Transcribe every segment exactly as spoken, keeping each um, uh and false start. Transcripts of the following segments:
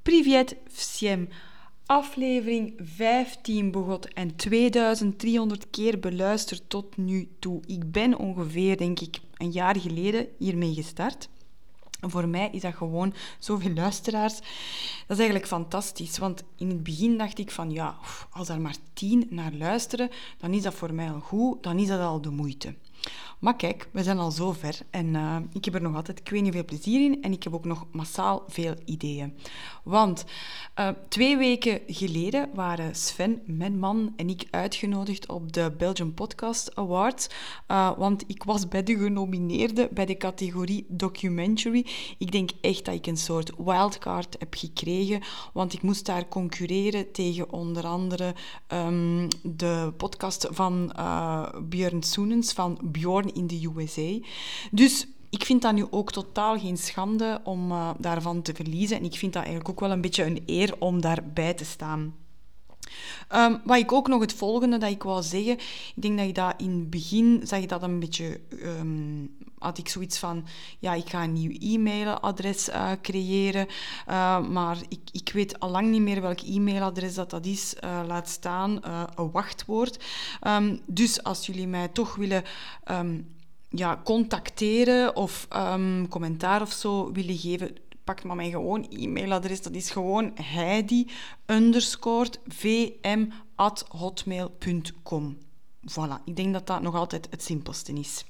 Privet всем. Aflevering vijftien begot en tweeduizend driehonderd keer beluisterd tot nu toe. Ik ben ongeveer, denk ik, een jaar geleden hiermee gestart. Voor mij is dat gewoon zoveel luisteraars. Dat is eigenlijk fantastisch, want in het begin dacht ik van ja, als er maar tien naar luisteren, dan is dat voor mij al goed, dan is dat al de moeite. Maar kijk, we zijn al zo ver en uh, ik heb er nog altijd, ik weet niet, veel plezier in en ik heb ook nog massaal veel ideeën. Want uh, twee weken geleden waren Sven, mijn man, en ik uitgenodigd op de Belgian Podcast Awards, uh, want ik was bij de genomineerden bij de categorie Documentary. Ik denk echt dat ik een soort wildcard heb gekregen, want ik moest daar concurreren tegen onder andere um, de podcast van uh, Björn Soenens van Bjorn in de U S A. Dus ik vind dat nu ook totaal geen schande om uh, daarvan te verliezen. En ik vind dat eigenlijk ook wel een beetje een eer om daarbij te staan. Um, wat ik ook nog het volgende dat ik wou zeggen, ik denk dat je dat in het begin, zag je dat een beetje, um, had ik zoiets van, ja, ik ga een nieuw e-mailadres uh, creëren, uh, maar ik, ik weet al lang niet meer welk e-mailadres dat dat is, uh, laat staan, uh, een wachtwoord. Um, dus als jullie mij toch willen um, ja, contacteren of um, commentaar of zo willen geven, pak maar mijn gewoon e-mailadres. Dat is gewoon heidi underscore vm at hotmail punt com. Voilà, ik denk dat dat nog altijd het simpelste is.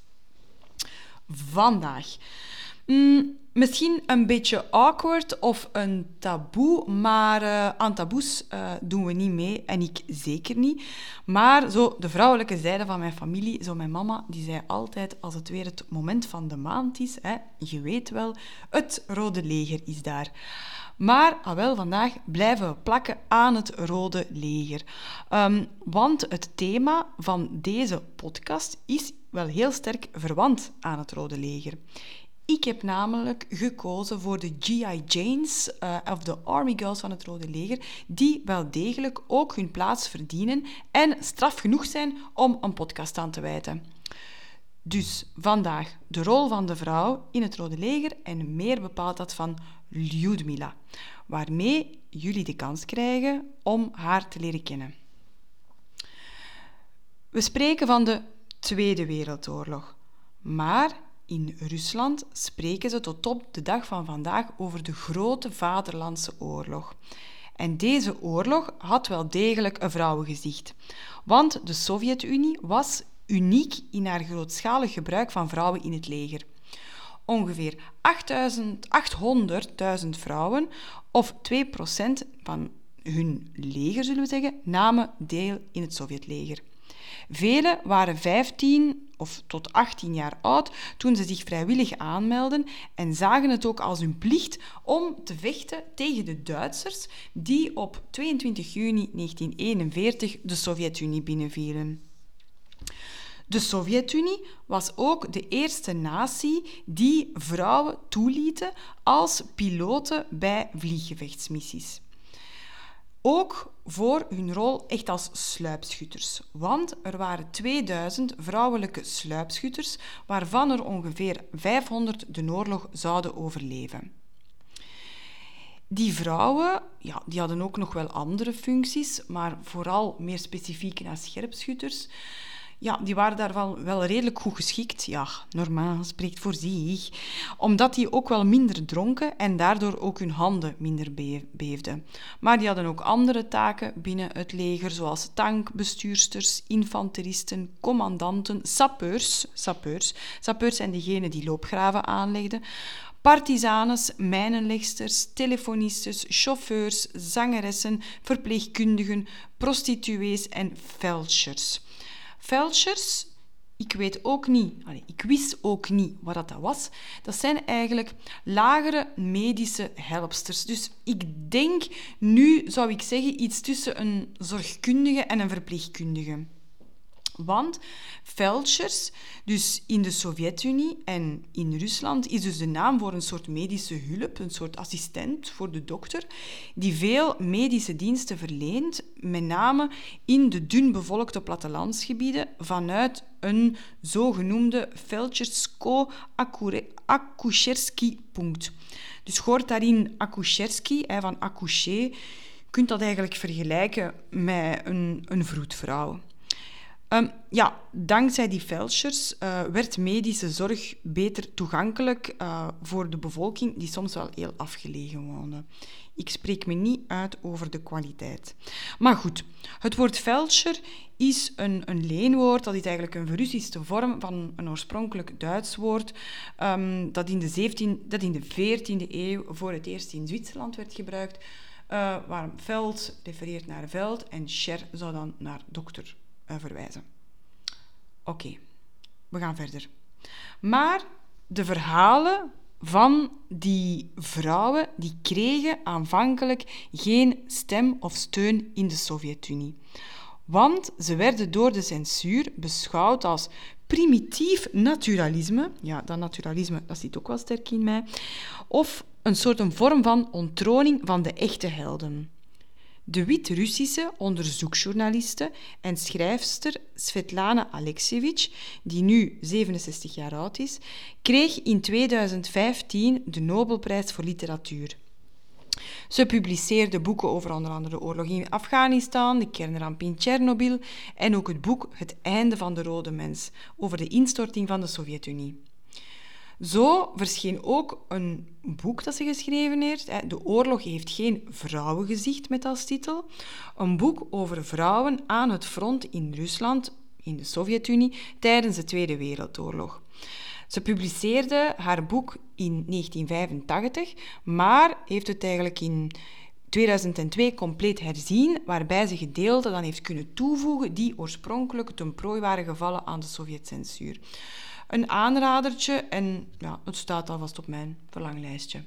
Vandaag. Mm, misschien een beetje awkward of een taboe, maar uh, aan taboes uh, doen we niet mee en ik zeker niet. Maar zo de vrouwelijke zijde van mijn familie, zo mijn mama, die zei altijd als het weer het moment van de maand is, hè, je weet wel, het Rode Leger is daar. Maar, ah wel, vandaag blijven we plakken aan het Rode Leger. Um, want het thema van deze podcast is wel heel sterk verwant aan het Rode Leger. Ik heb namelijk gekozen voor de G I Janes, uh, of de Army Girls van het Rode Leger, die wel degelijk ook hun plaats verdienen en straf genoeg zijn om een podcast aan te wijten. Dus vandaag de rol van de vrouw in het Rode Leger en meer bepaald dat van Ljudmila, waarmee jullie de kans krijgen om haar te leren kennen. We spreken van de Tweede Wereldoorlog, maar in Rusland spreken ze tot op de dag van vandaag over de Grote Vaderlandse Oorlog. En deze oorlog had wel degelijk een vrouwengezicht, want de Sovjet-Unie was uniek in haar grootschalig gebruik van vrouwen in het leger. Ongeveer achthonderdduizend vrouwen, of twee procent van hun leger, zullen we zeggen, namen deel in het Sovjetleger. Velen waren vijftien of tot achttien jaar oud toen ze zich vrijwillig aanmelden en zagen het ook als hun plicht om te vechten tegen de Duitsers die op tweeëntwintig juni negentien eenenveertig de Sovjet-Unie binnenvielen. De Sovjet-Unie was ook de eerste natie die vrouwen toelieten als piloten bij vlieggevechtsmissies. Ook voor hun rol echt als sluipschutters. Want er waren tweeduizend vrouwelijke sluipschutters, waarvan er ongeveer vijfhonderd de oorlog zouden overleven. Die vrouwen, ja, die hadden ook nog wel andere functies, maar vooral meer specifiek als scherpschutters. Ja, die waren daar wel, wel redelijk goed geschikt. Ja, normaal, spreekt voor zich. Omdat die ook wel minder dronken en daardoor ook hun handen minder beefden. Maar die hadden ook andere taken binnen het leger, zoals tankbestuursters, infanteristen, commandanten, sappeurs. Sappeurs, sappeurs zijn diegenen die loopgraven aanlegden. Partizanes, mijnenlegsters, telefonistes, chauffeurs, zangeressen, verpleegkundigen, prostituees en felchers. Felchers, ik weet ook niet, ik wist ook niet wat dat was. Dat zijn eigenlijk lagere medische helpsters. Dus ik denk, nu zou ik zeggen, iets tussen een zorgkundige en een verpleegkundige. Want felchers, dus in de Sovjet-Unie en in Rusland, is dus de naam voor een soort medische hulp, een soort assistent voor de dokter, die veel medische diensten verleent, met name in de dun bevolkte plattelandsgebieden, vanuit een zogenoemde Felchersko-Akucherski-punt. Dus hoort daarin accoucherski, van accoucher. Je kunt dat eigenlijk vergelijken met een, een vroedvrouw. Um, ja, dankzij die felshers uh, werd medische zorg beter toegankelijk uh, voor de bevolking die soms wel heel afgelegen woonde. Ik spreek me niet uit over de kwaliteit. Maar goed, het woord feldscher is een, een leenwoord. Dat is eigenlijk een verrussische vorm van een oorspronkelijk Duits woord um, dat, in de zeventiende, dat in de veertiende eeuw voor het eerst in Zwitserland werd gebruikt, uh, waar veld refereert naar veld en scher zou dan naar dokter uh, verwijzen. Oké, okay, we gaan verder. Maar de verhalen van die vrouwen die kregen aanvankelijk geen stem of steun in de Sovjet-Unie. Want ze werden door de censuur beschouwd als primitief naturalisme. Ja, dat naturalisme, dat zit ook wel sterk in mij. Of een soort een vorm van onttroning van de echte helden. De Wit-Russische onderzoeksjournaliste en schrijfster Svetlana Alexievich, die nu zevenenzestig jaar oud is, kreeg in tweeduizend vijftien de Nobelprijs voor literatuur. Ze publiceerde boeken over onder andere de oorlog in Afghanistan, de kernramp in Tsjernobyl en ook het boek Het einde van de rode mens, over de instorting van de Sovjet-Unie. Zo verscheen ook een boek dat ze geschreven heeft. De oorlog heeft geen vrouwengezicht, met als titel. Een boek over vrouwen aan het front in Rusland, in de Sovjet-Unie, tijdens de Tweede Wereldoorlog. Ze publiceerde haar boek in negentien vijfentachtig, maar heeft het eigenlijk in tweeduizend twee compleet herzien, waarbij ze gedeelten dan heeft kunnen toevoegen die oorspronkelijk ten prooi waren gevallen aan de Sovjetcensuur. Een aanradertje en ja, het staat alvast op mijn verlanglijstje.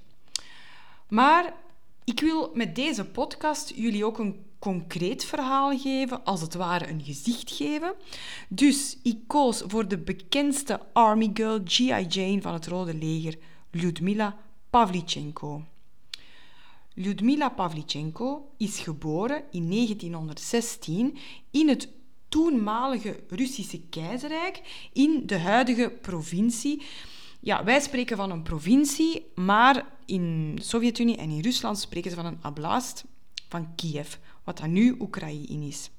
Maar ik wil met deze podcast jullie ook een concreet verhaal geven, als het ware een gezicht geven. Dus ik koos voor de bekendste Army Girl G I Jane van het Rode Leger, Lyudmila Pavlichenko. Lyudmila Pavlichenko is geboren in negentienhonderdzestien in het toenmalige Russische keizerrijk in de huidige provincie. Ja, wij spreken van een provincie, maar in de Sovjet-Unie en in Rusland spreken ze van een oblast van Kiev, wat dan nu Oekraïne is.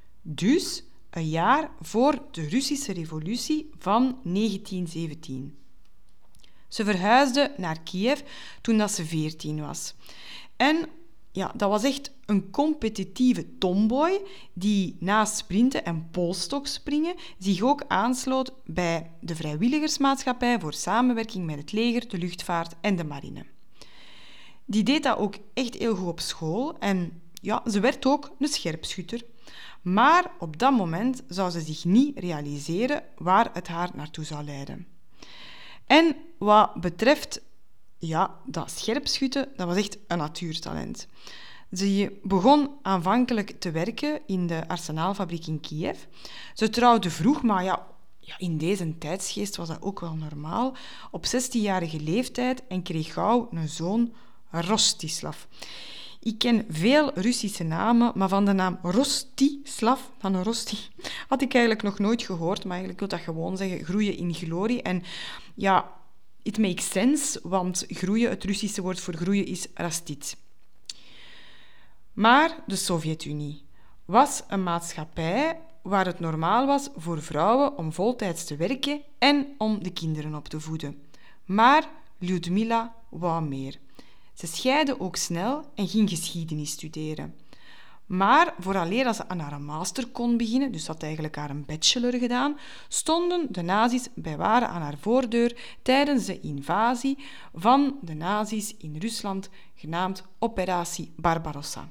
Dus een jaar voor de Russische revolutie van negentien zeventien. Ze verhuisde naar Kiev toen dat ze veertien was. En ja, dat was echt een competitieve tomboy die naast sprinten en poolstokspringen zich ook aansloot bij de vrijwilligersmaatschappij voor samenwerking met het leger, de luchtvaart en de marine. Die deed dat ook echt heel goed op school en ja, ze werd ook een scherpschutter. Maar op dat moment zou ze zich niet realiseren waar het haar naartoe zou leiden. En wat betreft ja, dat scherpschutten, dat was echt een natuurtalent. Ze begon aanvankelijk te werken in de arsenaalfabriek in Kiev. Ze trouwde vroeg, maar ja, ja, in deze tijdsgeest was dat ook wel normaal, op zestienjarige leeftijd en kreeg gauw een zoon, Rostislav. Ik ken veel Russische namen, maar van de naam Rostislav, van een Rosti, had ik eigenlijk nog nooit gehoord, maar eigenlijk wil dat gewoon zeggen groeien in glorie. En ja, it makes sense, want groeien, het Russische woord voor groeien is rastit. Maar de Sovjet-Unie was een maatschappij waar het normaal was voor vrouwen om voltijds te werken en om de kinderen op te voeden. Maar Lyudmila wou meer. Ze scheidde ook snel en ging geschiedenis studeren. Maar vooraleer dat ze aan haar master kon beginnen, dus had eigenlijk haar een bachelor gedaan, stonden de nazi's bij waren aan haar voordeur tijdens de invasie van de nazi's in Rusland, genaamd Operatie Barbarossa.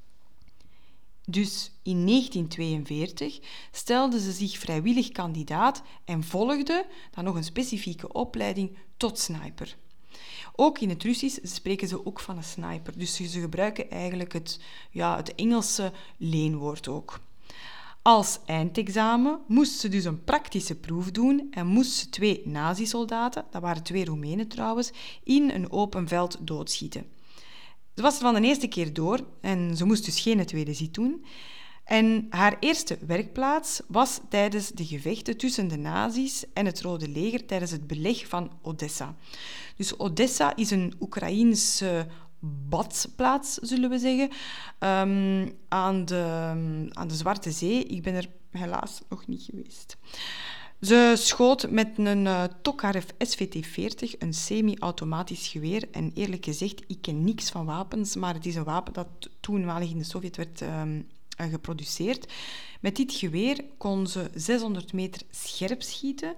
Dus in negentien tweeënveertig stelde ze zich vrijwillig kandidaat en volgde dan nog een specifieke opleiding tot sniper. Ook in het Russisch spreken ze ook van een sniper, dus ze gebruiken eigenlijk het, ja, het Engelse leenwoord ook. Als eindexamen moest ze dus een praktische proef doen en moest ze twee nazi-soldaten, dat waren twee Roemenen trouwens, in een open veld doodschieten. Ze was er van de eerste keer door en ze moest dus geen tweede zit doen. En haar eerste werkplaats was tijdens de gevechten tussen de nazi's en het Rode Leger tijdens het beleg van Odessa. Dus Odessa is een Oekraïense badplaats, zullen we zeggen, um, aan, de, aan de Zwarte Zee. Ik ben er helaas nog niet geweest. Ze schoot met een uh, Tokarev S V T veertig, een semi-automatisch geweer. En eerlijk gezegd, ik ken niks van wapens, maar het is een wapen dat toenmalig in de Sovjet werd um, uh, geproduceerd. Met dit geweer kon ze zeshonderd meter scherp schieten.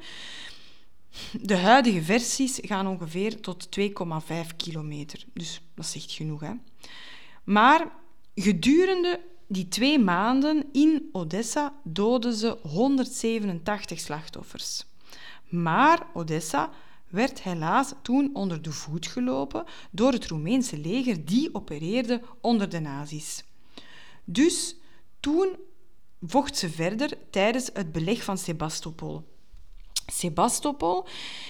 De huidige versies gaan ongeveer tot twee komma vijf kilometer. Dus dat is echt genoeg, hè? Maar gedurende die twee maanden in Odessa doden ze honderdzevenentachtig slachtoffers. Maar Odessa werd helaas toen onder de voet gelopen door het Roemeense leger die opereerde onder de nazi's. Dus toen vocht ze verder tijdens het beleg van Sebastopol. Sebastopol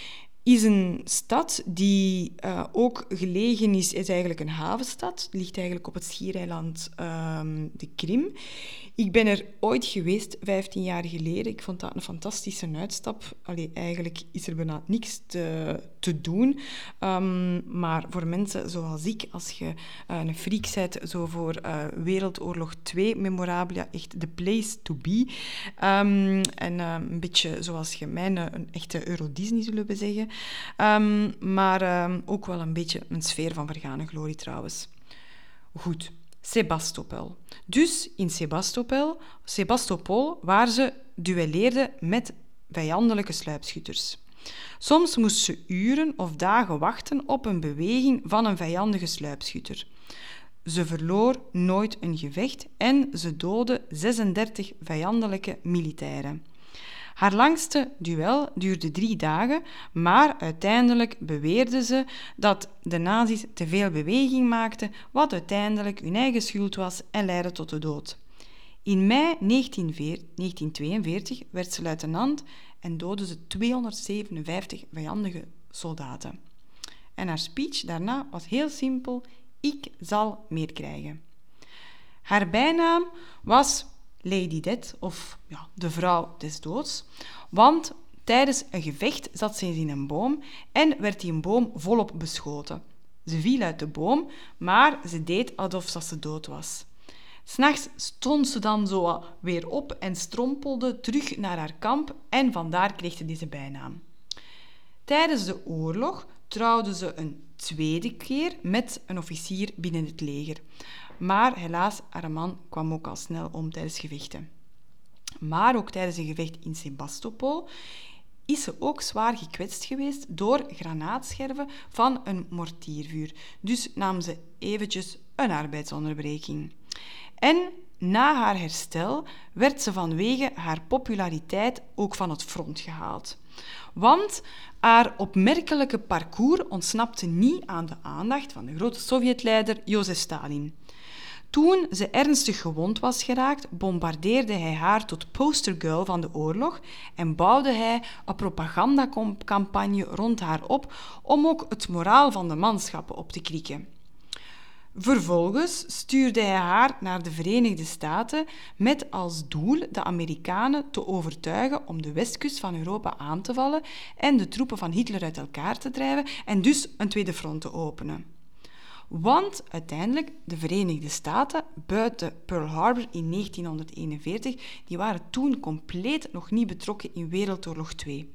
is een stad die uh, ook gelegen is, is eigenlijk een havenstad. Het ligt eigenlijk op het schiereiland uh, de Krim. Ik ben er ooit geweest, vijftien jaar geleden. Ik vond dat een fantastische uitstap. Allee, eigenlijk is er bijna niks te, te doen. Um, maar voor mensen zoals ik, als je uh, een freak bent, zo voor uh, Wereldoorlog twee memorabilia, echt the place to be. Um, en uh, een beetje zoals je mijn, een echte Euro-Disney, zullen we zeggen. Um, maar um, ook wel een beetje een sfeer van vergane glorie trouwens. Goed. Sebastopol. Dus in Sebastopol, Sebastopol waar ze duelleerden met vijandelijke sluipschutters. Soms moest ze uren of dagen wachten op een beweging van een vijandige sluipschutter. Ze verloor nooit een gevecht en ze doodde zesendertig vijandelijke militairen. Haar langste duel duurde drie dagen, maar uiteindelijk beweerde ze dat de nazi's te veel beweging maakten, wat uiteindelijk hun eigen schuld was en leidde tot de dood. In mei negentien tweeënveertig werd ze luitenant en doodde ze tweehonderdzevenenvijftig vijandige soldaten. En haar speech daarna was heel simpel: ik zal meer krijgen. Haar bijnaam was Lady Death, of ja, de vrouw des doods, want tijdens een gevecht zat ze in een boom en werd die een boom volop beschoten. Ze viel uit de boom, maar ze deed alsof ze dood was. 'S Nachts stond ze dan zo weer op en strompelde terug naar haar kamp en vandaar kreeg ze deze bijnaam. Tijdens de oorlog trouwde ze een tweede keer met een officier binnen het leger. Maar helaas, haar man kwam ook al snel om tijdens gevechten. Maar ook tijdens een gevecht in Sebastopol is ze ook zwaar gekwetst geweest door granaatscherven van een mortiervuur. Dus nam ze eventjes een arbeidsonderbreking. En na haar herstel werd ze vanwege haar populariteit ook van het front gehaald. Want haar opmerkelijke parcours ontsnapte niet aan de aandacht van de grote Sovjetleider Jozef Stalin. Toen ze ernstig gewond was geraakt, bombardeerde hij haar tot postergirl van de oorlog en bouwde hij een propagandacampagne rond haar op om ook het moraal van de manschappen op te krikken. Vervolgens stuurde hij haar naar de Verenigde Staten met als doel de Amerikanen te overtuigen om de westkust van Europa aan te vallen en de troepen van Hitler uit elkaar te drijven en dus een tweede front te openen. Want uiteindelijk, de Verenigde Staten, buiten Pearl Harbor in negentienhonderdeenenveertig, die waren toen compleet nog niet betrokken in Wereldoorlog twee.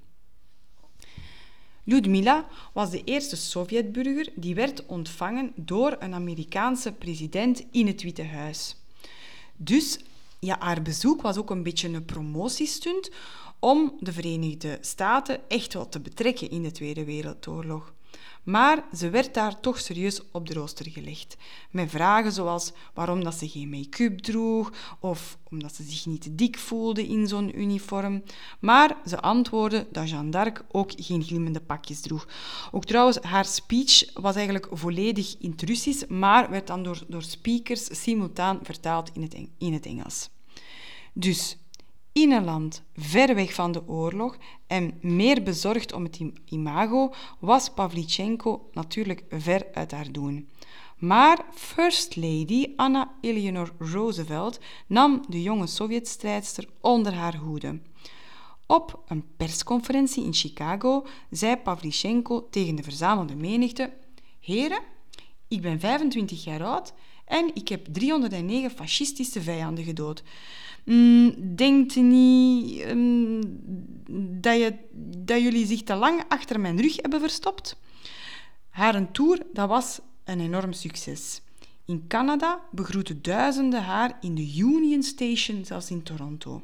Ljudmila was de eerste Sovjetburger die werd ontvangen door een Amerikaanse president in het Witte Huis. Dus ja, haar bezoek was ook een beetje een promotiestunt om de Verenigde Staten echt wat te betrekken in de Tweede Wereldoorlog. Maar ze werd daar toch serieus op de rooster gelegd. Met vragen zoals waarom dat ze geen make-up droeg of omdat ze zich niet te dik voelde in zo'n uniform. Maar ze antwoordde dat Jeanne d'Arc ook geen glimmende pakjes droeg. Ook trouwens, haar speech was eigenlijk volledig in het Russisch, maar werd dan door, door speakers simultaan vertaald in het, in het Engels. Dus In een land ver weg van de oorlog en meer bezorgd om het imago, was Pavlichenko natuurlijk ver uit haar doen. Maar First Lady Anna Eleanor Roosevelt nam de jonge Sovjetstrijdster onder haar hoede. Op een persconferentie in Chicago zei Pavlichenko tegen de verzamelde menigte: Heren, ik ben vijfentwintig jaar oud en ik heb driehonderdnegen fascistische vijanden gedood. Mm, denkt u niet um, dat, je, dat jullie zich te lang achter mijn rug hebben verstopt? Haar tour, dat was een enorm succes. In Canada begroetten duizenden haar in de Union Station, zelfs in Toronto.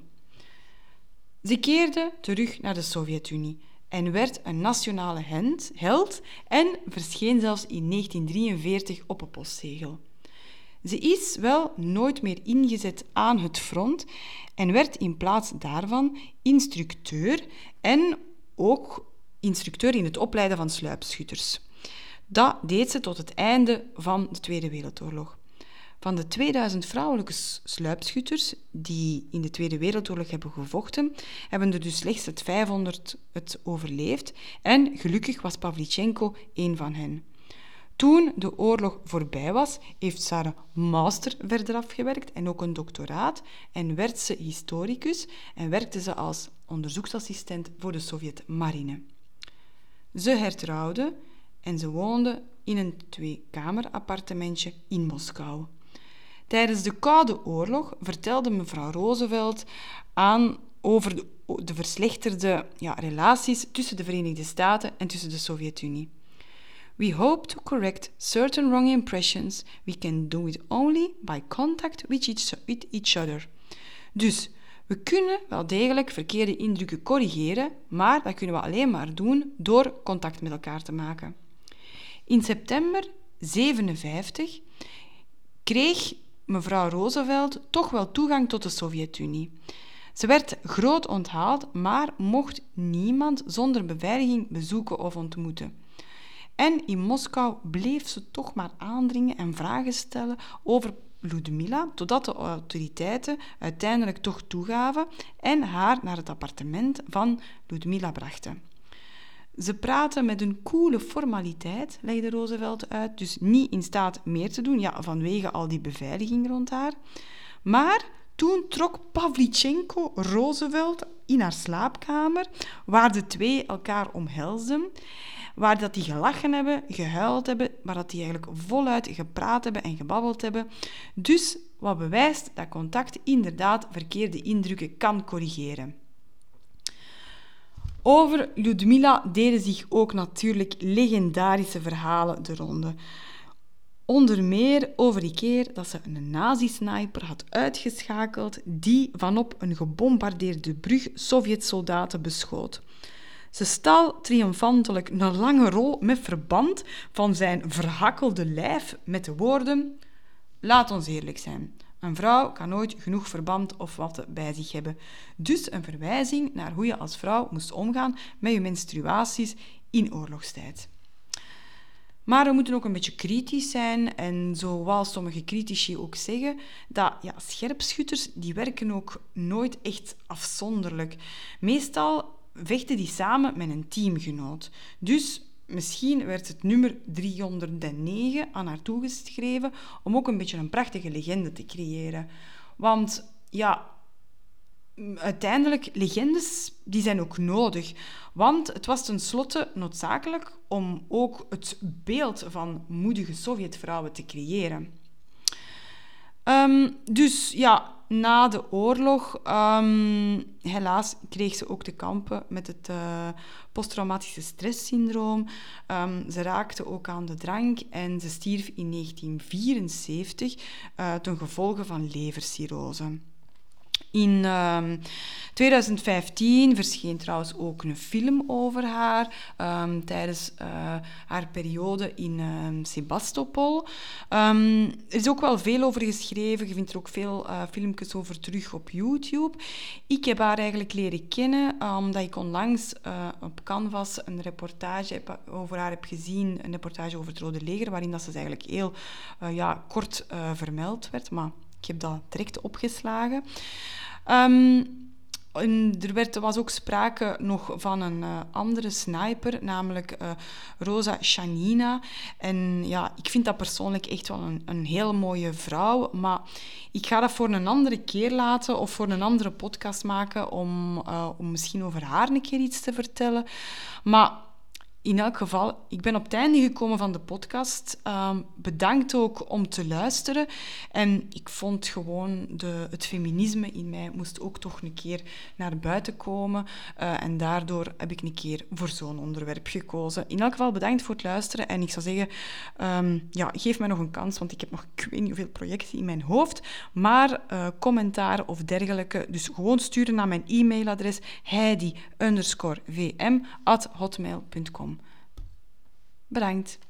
Ze keerde terug naar de Sovjet-Unie en werd een nationale held en verscheen zelfs in negentien drieënveertig op een postzegel. Ze is wel nooit meer ingezet aan het front en werd in plaats daarvan instructeur en ook instructeur in het opleiden van sluipschutters. Dat deed ze tot het einde van de Tweede Wereldoorlog. Van de tweeduizend vrouwelijke sluipschutters die in de Tweede Wereldoorlog hebben gevochten, hebben er dus slechts het vijfhonderd het overleefd en gelukkig was Pavlichenko één van hen. Toen de oorlog voorbij was, heeft ze haar master verder afgewerkt en ook een doctoraat en werd ze historicus en werkte ze als onderzoeksassistent voor de Sovjetmarine. Ze hertrouwde en ze woonde in een tweekamerappartementje in Moskou. Tijdens de Koude Oorlog vertelde mevrouw Roosevelt aan over de, de verslechterde ja, relaties tussen de Verenigde Staten en tussen de Sovjet-Unie. We hope to correct certain wrong impressions. We can do it only by contact with each, with each other. Dus we kunnen wel degelijk verkeerde indrukken corrigeren, maar dat kunnen we alleen maar doen door contact met elkaar te maken. In september negentien zevenenvijftig kreeg mevrouw Roosevelt toch wel toegang tot de Sovjet-Unie. Ze werd groot onthaald, maar mocht niemand zonder beveiliging bezoeken of ontmoeten. En in Moskou bleef ze toch maar aandringen en vragen stellen over Ludmila, totdat de autoriteiten uiteindelijk toch toegaven en haar naar het appartement van Ludmila brachten. Ze praten met een koele formaliteit, legde Roosevelt uit, dus niet in staat meer te doen, ja, vanwege al die beveiliging rond haar. Maar toen trok Pavlichenko Roosevelt in haar slaapkamer, waar de twee elkaar omhelsden, waar dat die gelachen hebben, gehuild hebben, waar dat die eigenlijk voluit gepraat hebben en gebabbeld hebben. Dus wat bewijst dat contact inderdaad verkeerde indrukken kan corrigeren. Over Ludmila deden zich ook natuurlijk legendarische verhalen de ronde. Onder meer over die keer dat ze een nazi-sniper had uitgeschakeld die vanop een gebombardeerde brug Sovjet-soldaten beschoot. Ze stal triomfantelijk een lange rol met verband van zijn verhakkelde lijf met de woorden: laat ons eerlijk zijn. Een vrouw kan nooit genoeg verband of watten bij zich hebben. Dus een verwijzing naar hoe je als vrouw moest omgaan met je menstruaties in oorlogstijd. Maar we moeten ook een beetje kritisch zijn en zoals sommige critici ook zeggen, dat ja, scherpschutters die werken ook nooit echt afzonderlijk. Meestal vechten die samen met een teamgenoot. Dus misschien werd het nummer driehonderdnegen aan haar toegeschreven om ook een beetje een prachtige legende te creëren. Want ja, uiteindelijk, legendes die zijn ook nodig. Want het was tenslotte noodzakelijk om ook het beeld van moedige Sovjetvrouwen te creëren. Um, dus ja, na de oorlog, um, helaas kreeg ze ook te kampen met het uh, posttraumatische stresssyndroom. Um, ze raakte ook aan de drank en ze stierf in negentien vierenzeventig uh, ten gevolge van levercirrose. In um, twintig vijftien verscheen trouwens ook een film over haar um, tijdens uh, haar periode in um, Sebastopol. Um, er is ook wel veel over geschreven. Je vindt er ook veel uh, filmpjes over terug op YouTube. Ik heb haar eigenlijk leren kennen uh, omdat ik onlangs uh, op Canvas een reportage heb, over haar heb gezien, een reportage over het Rode Leger, waarin dat ze eigenlijk heel uh, ja, kort uh, vermeld werd, maar ik heb dat direct opgeslagen. Um, En er werd, was ook sprake nog van een uh, andere sniper, namelijk uh, Rosa Chanina. En ja, ik vind dat persoonlijk echt wel een, een heel mooie vrouw, maar ik ga dat voor een andere keer laten of voor een andere podcast maken om, uh, om misschien over haar een keer iets te vertellen. Maar in elk geval, ik ben op het einde gekomen van de podcast. Um, bedankt ook om te luisteren. En ik vond gewoon de, het feminisme in mij moest ook toch een keer naar buiten komen. Uh, en daardoor heb ik een keer voor zo'n onderwerp gekozen. In elk geval bedankt voor het luisteren. En ik zou zeggen, um, ja, geef mij nog een kans, want ik heb nog ik weet niet hoeveel projecten in mijn hoofd. Maar uh, commentaar of dergelijke, dus gewoon sturen naar mijn e-mailadres heidi underscore vm at hotmail punt com. Bedankt.